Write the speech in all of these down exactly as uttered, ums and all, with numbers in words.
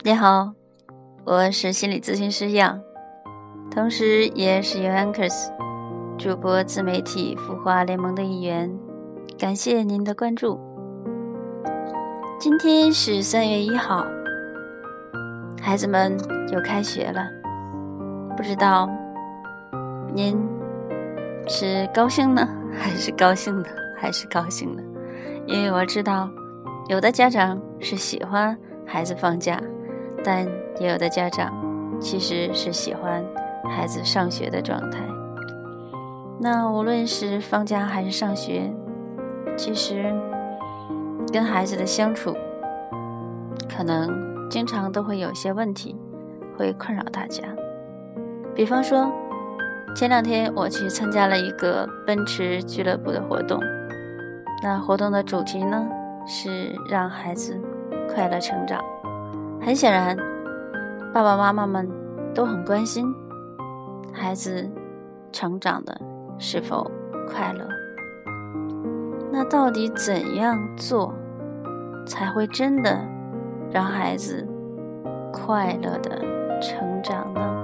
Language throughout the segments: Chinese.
你好，我是心理咨询师杨，同时也是 YouAnkers 主播自媒体孵化联盟的一员。感谢您的关注。今天是三月一号，孩子们又开学了，不知道您是高兴呢，还是高兴的，还是高兴的？因为我知道有的家长是喜欢孩子放假，但也有的家长其实是喜欢孩子上学的状态。那无论是放假还是上学，其实跟孩子的相处可能经常都会有些问题会困扰大家。比方说前两天我去参加了一个奔驰俱乐部的活动，那活动的主题呢是让孩子快乐成长。很显然爸爸妈妈们都很关心孩子成长的是否快乐。那到底怎样做才会真的让孩子快乐的成长呢？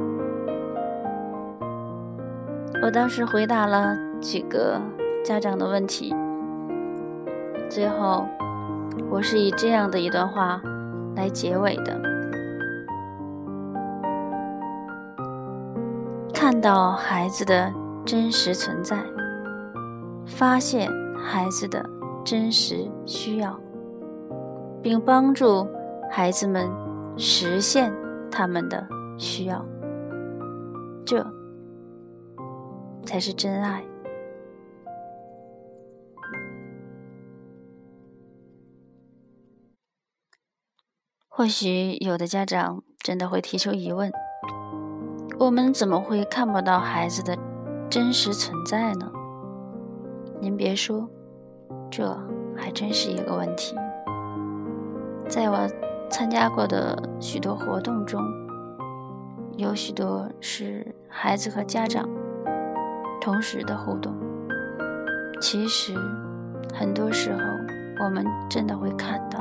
我当时回答了几个家长的问题，最后我是以这样的一段话来结尾的：看到孩子的真实存在，发现孩子的真实需要，并帮助孩子们实现他们的需要，这才是真爱。或许有的家长真的会提出疑问，我们怎么会看不到孩子的真实存在呢？您别说，这还真是一个问题。在我参加过的许多活动中，有许多是孩子和家长同时的互动。其实很多时候我们真的会看到，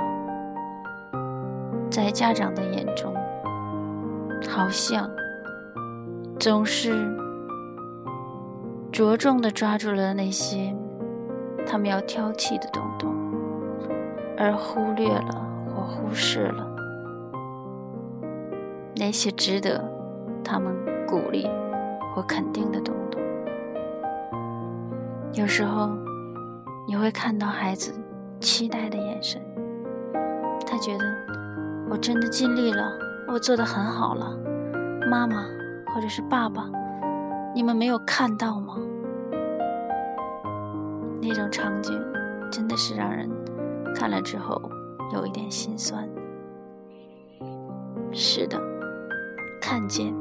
在家长的眼中，好像总是着重地抓住了那些他们要挑剔的东东，而忽略了或忽视了那些值得他们鼓励或肯定的东东。有时候你会看到孩子期待的眼神，他觉得我真的尽力了，我做得很好了，妈妈或者是爸爸，你们没有看到吗？那种场景真的是让人看了之后有一点心酸。是的，看见，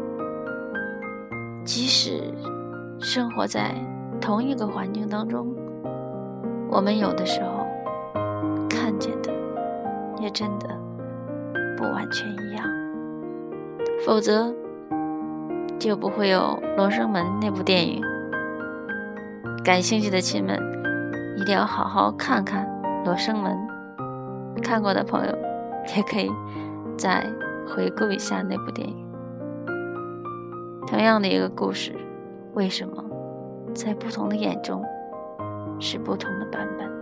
即使生活在同一个环境当中，我们有的时候看见的也真的不完全一样，否则就不会有《罗生门》那部电影。感兴趣的亲们一定要好好看看《罗生门》，看过的朋友也可以再回顾一下那部电影。同样的一个故事，为什么在不同的眼中是不同的版本？